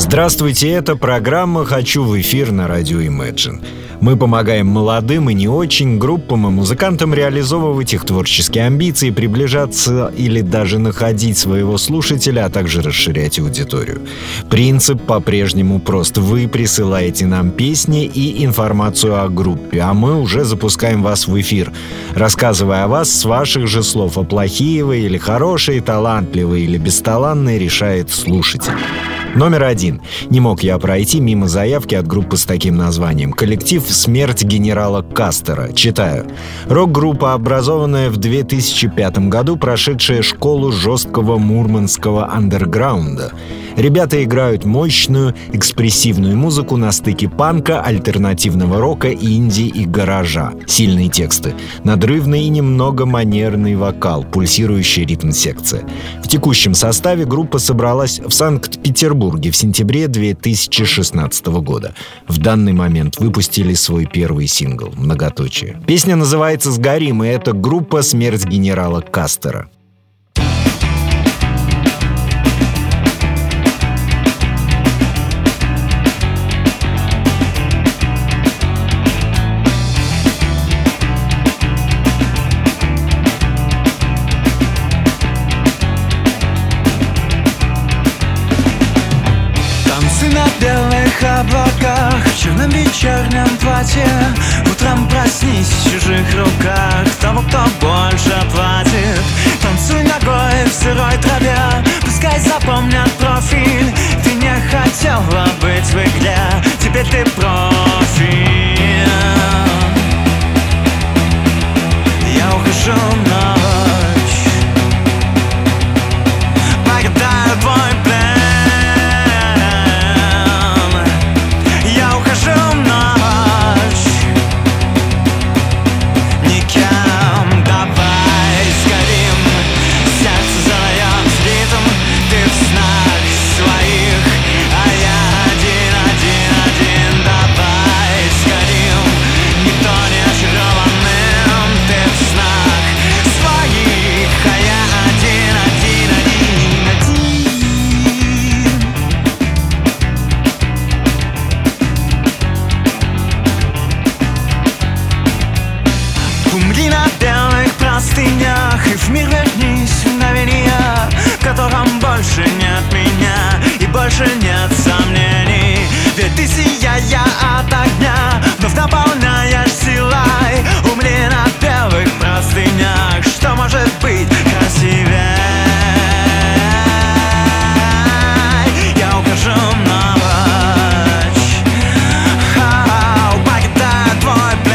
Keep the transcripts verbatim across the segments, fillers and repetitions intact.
Здравствуйте, это программа «Хочу в эфир» на радио Imagine. Мы помогаем молодым и не очень группам и музыкантам реализовывать их творческие амбиции, приближаться или даже находить своего слушателя, а также расширять аудиторию. Принцип по-прежнему прост. Вы присылаете нам песни и информацию о группе, а мы уже запускаем вас в эфир, рассказывая о вас с ваших же слов. А плохие вы или хорошие, талантливые или бесталанные решает слушатель. Номер один. Не мог я пройти мимо заявки от группы с таким названием. Коллектив «Смерть генерала Кастера». Читаю. Рок-группа, образованная в две тысячи пятом году, прошедшая школу жесткого мурманского андерграунда. Ребята играют мощную, экспрессивную музыку на стыке панка, альтернативного рока, инди и гаража. Сильные тексты, надрывный и немного манерный вокал, пульсирующая ритм-секция. В текущем составе группа собралась в Санкт-Петербурге в сентябре две тысячи шестнадцатого года. В данный момент выпустили свой первый сингл «Многоточие». Песня называется «Сгорим», и это группа «Смерть генерала Кастера». На белых облаках, в черном вечернем платье. Утром проснись в чужих руках того, кто больше платит. Танцуй ногой в сырой траве, пускай запомнят профиль. Ты не хотела быть в игре, теперь ты профи. Я ухожу в ночь, покидаю твой плен. Умри на белых простынях и в мир вернись в мгновение, в котором больше нет меня и больше нет сомнений. Ведь ты, сияя от огня, вновь наполняешь силой. Умри на белых простынях, что может быть красивее? Я ухожу в ночь, покидаю твой плен.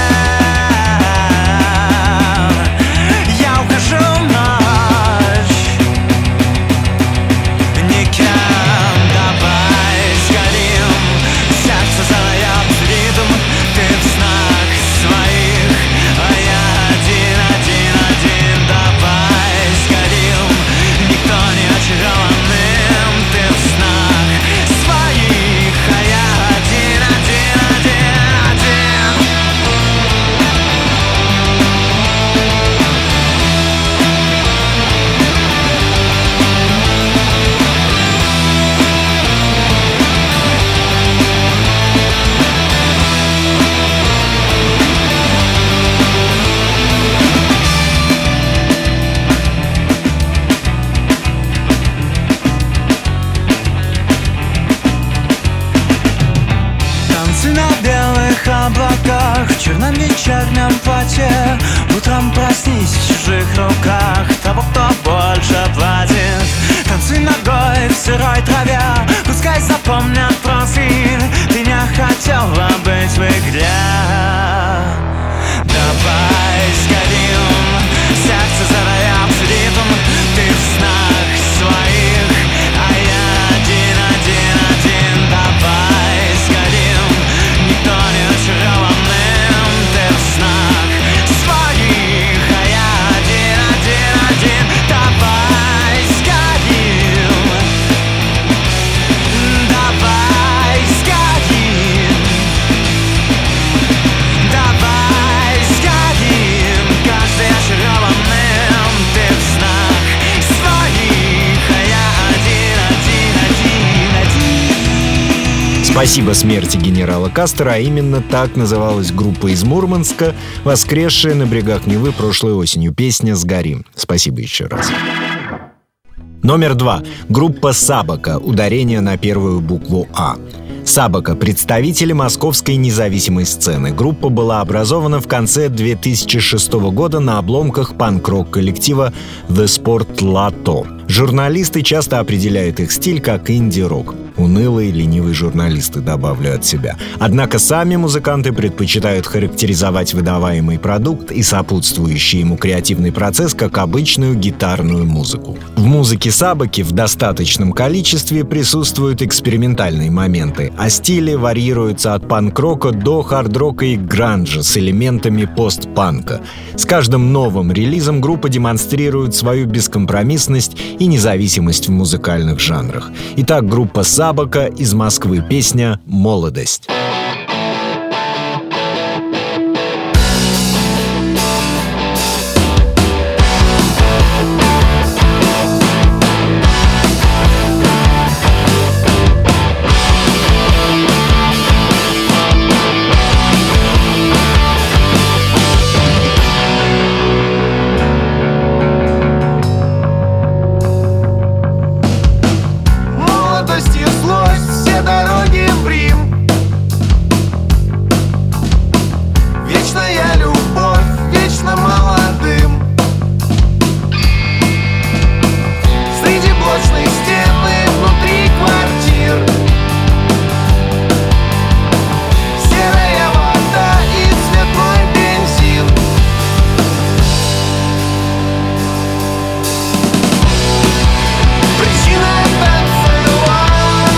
На белых облаках, в черном вечернем платье. Утром проснись в чужих руках того, кто больше платит. Танцуй ногой в сырой траве, пускай запомнят профиль. Ты не хотела быть в игре. Давай сгорим, сердце задает ритм. Ты в снах своих, а я один, один, один. Давай сгорим, никто не очарованным. Ты в снах своих, а я один, один, один. Давай Спасибо смерти генерала Кастера, а именно так называлась группа из Мурманска, воскресшая на берегах Невы прошлой осенью. Песня «Сгорим». Спасибо еще раз. Номер два. Группа «Сабака». Ударение на первую букву «А». «Сабака» — представители московской независимой сцены. Группа была образована в конце две тысячи шестого года на обломках панк-рок коллектива The Sport Lotto. Журналисты часто определяют их стиль как инди-рок. Унылые, ленивые журналисты, добавлю от себя. Однако сами музыканты предпочитают характеризовать выдаваемый продукт и сопутствующий ему креативный процесс как обычную гитарную музыку. В музыке «Сабаки» в достаточном количестве присутствуют экспериментальные моменты, а стили варьируются от панк-рока до хард-рока и гранжа с элементами пост-панка. С каждым новым релизом группа демонстрирует свою бескомпромиссность и независимость в музыкальных жанрах. Итак, группа «Сабака» из Москвы. Песня «Молодость». Все дороги в Рим. Вечная любовь, вечно молодым. Среди блочной стены внутри квартир. Серая вода и цветной бензин. Причина танцевать.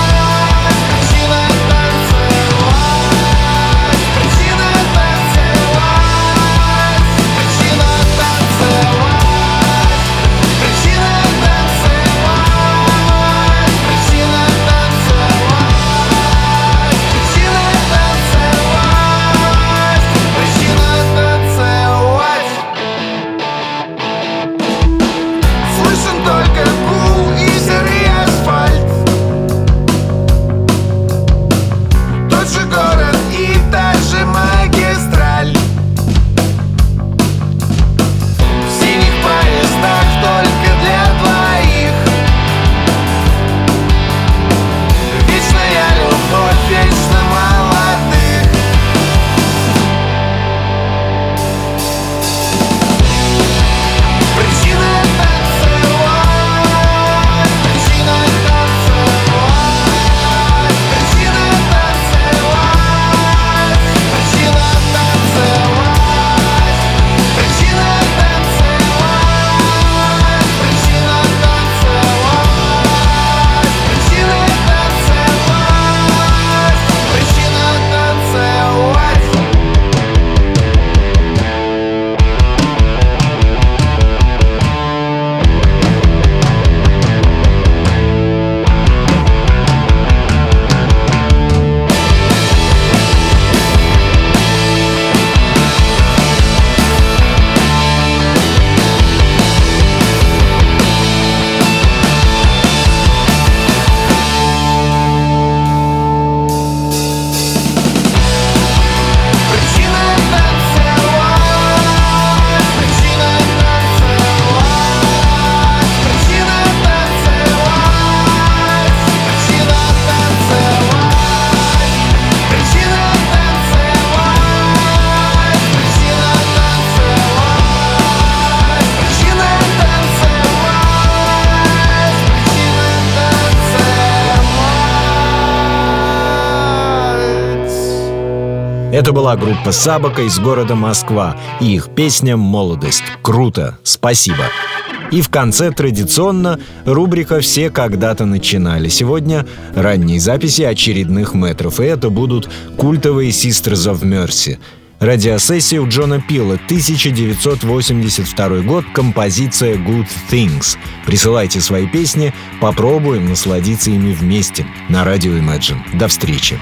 Это была группа «Сабака» из города Москва и их песня «Молодость». Круто, спасибо. И в конце традиционно рубрика «Все когда-то начинали». Сегодня ранние записи очередных метров, и это будут культовые Sisters of Mercy. Радиосессия у Джона Пила, тысяча девятьсот восемьдесят второй год, композиция «Good Things». Присылайте свои песни, попробуем насладиться ими вместе на радио Imagine. До встречи!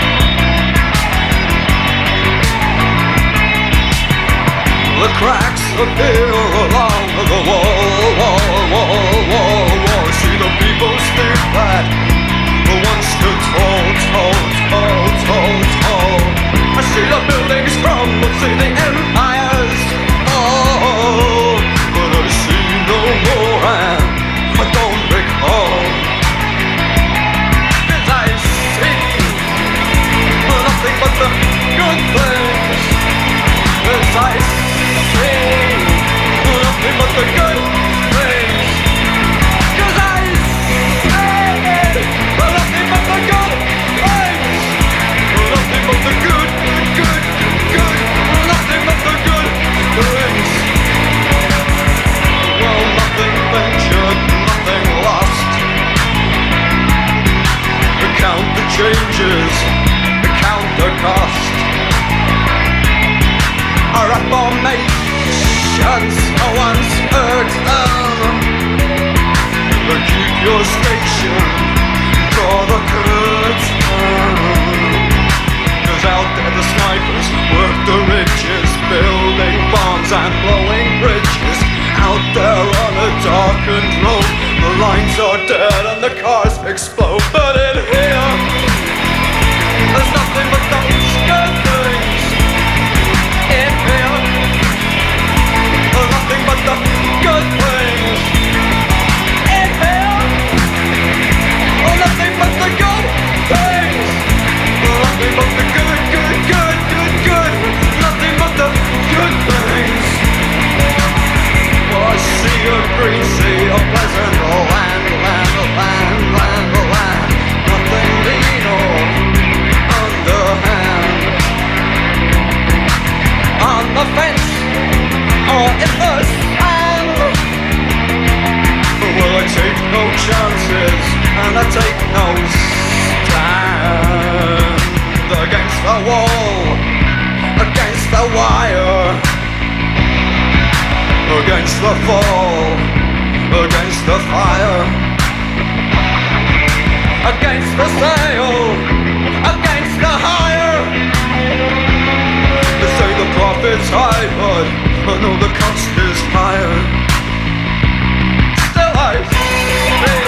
The cracks disappear along the wall, wall, wall, wall, wall. See the people stick back, the ones stood tall, tall, tall, tall, tall. I see the buildings crumble, see the empires fall, but I see no more and I don't recall. As I see nothing but the good things, as I see nothing but the good things, 'cause I see nothing but the good things, nothing but the good, good, good, nothing but the good things. Well, nothing ventured, nothing lost. Count the changes, count the cost. Our reformations are once urgent. Keep your station, draw the curtain. 'Cause out there the snipers work the ridges, building bombs and blowing bridges. Out there on a darkened road, the lines are dead and the cars explode. But in here, there's nothing but those good things. In here, there's nothing but the good things. In here, there's nothing but the good things. Nothing but the good, good, good, good, good. Nothing but the good things. I see a green sea, a pleasant land, land, land, land, land. Nothing lean or underhand. On the fence or in the sand. Well, I take no chances and I take no stand. Against the wall, against the wire, against the fall, against the fire, against the sail, against the hire. They say the profit's high, but I know the cost is higher. Still I stay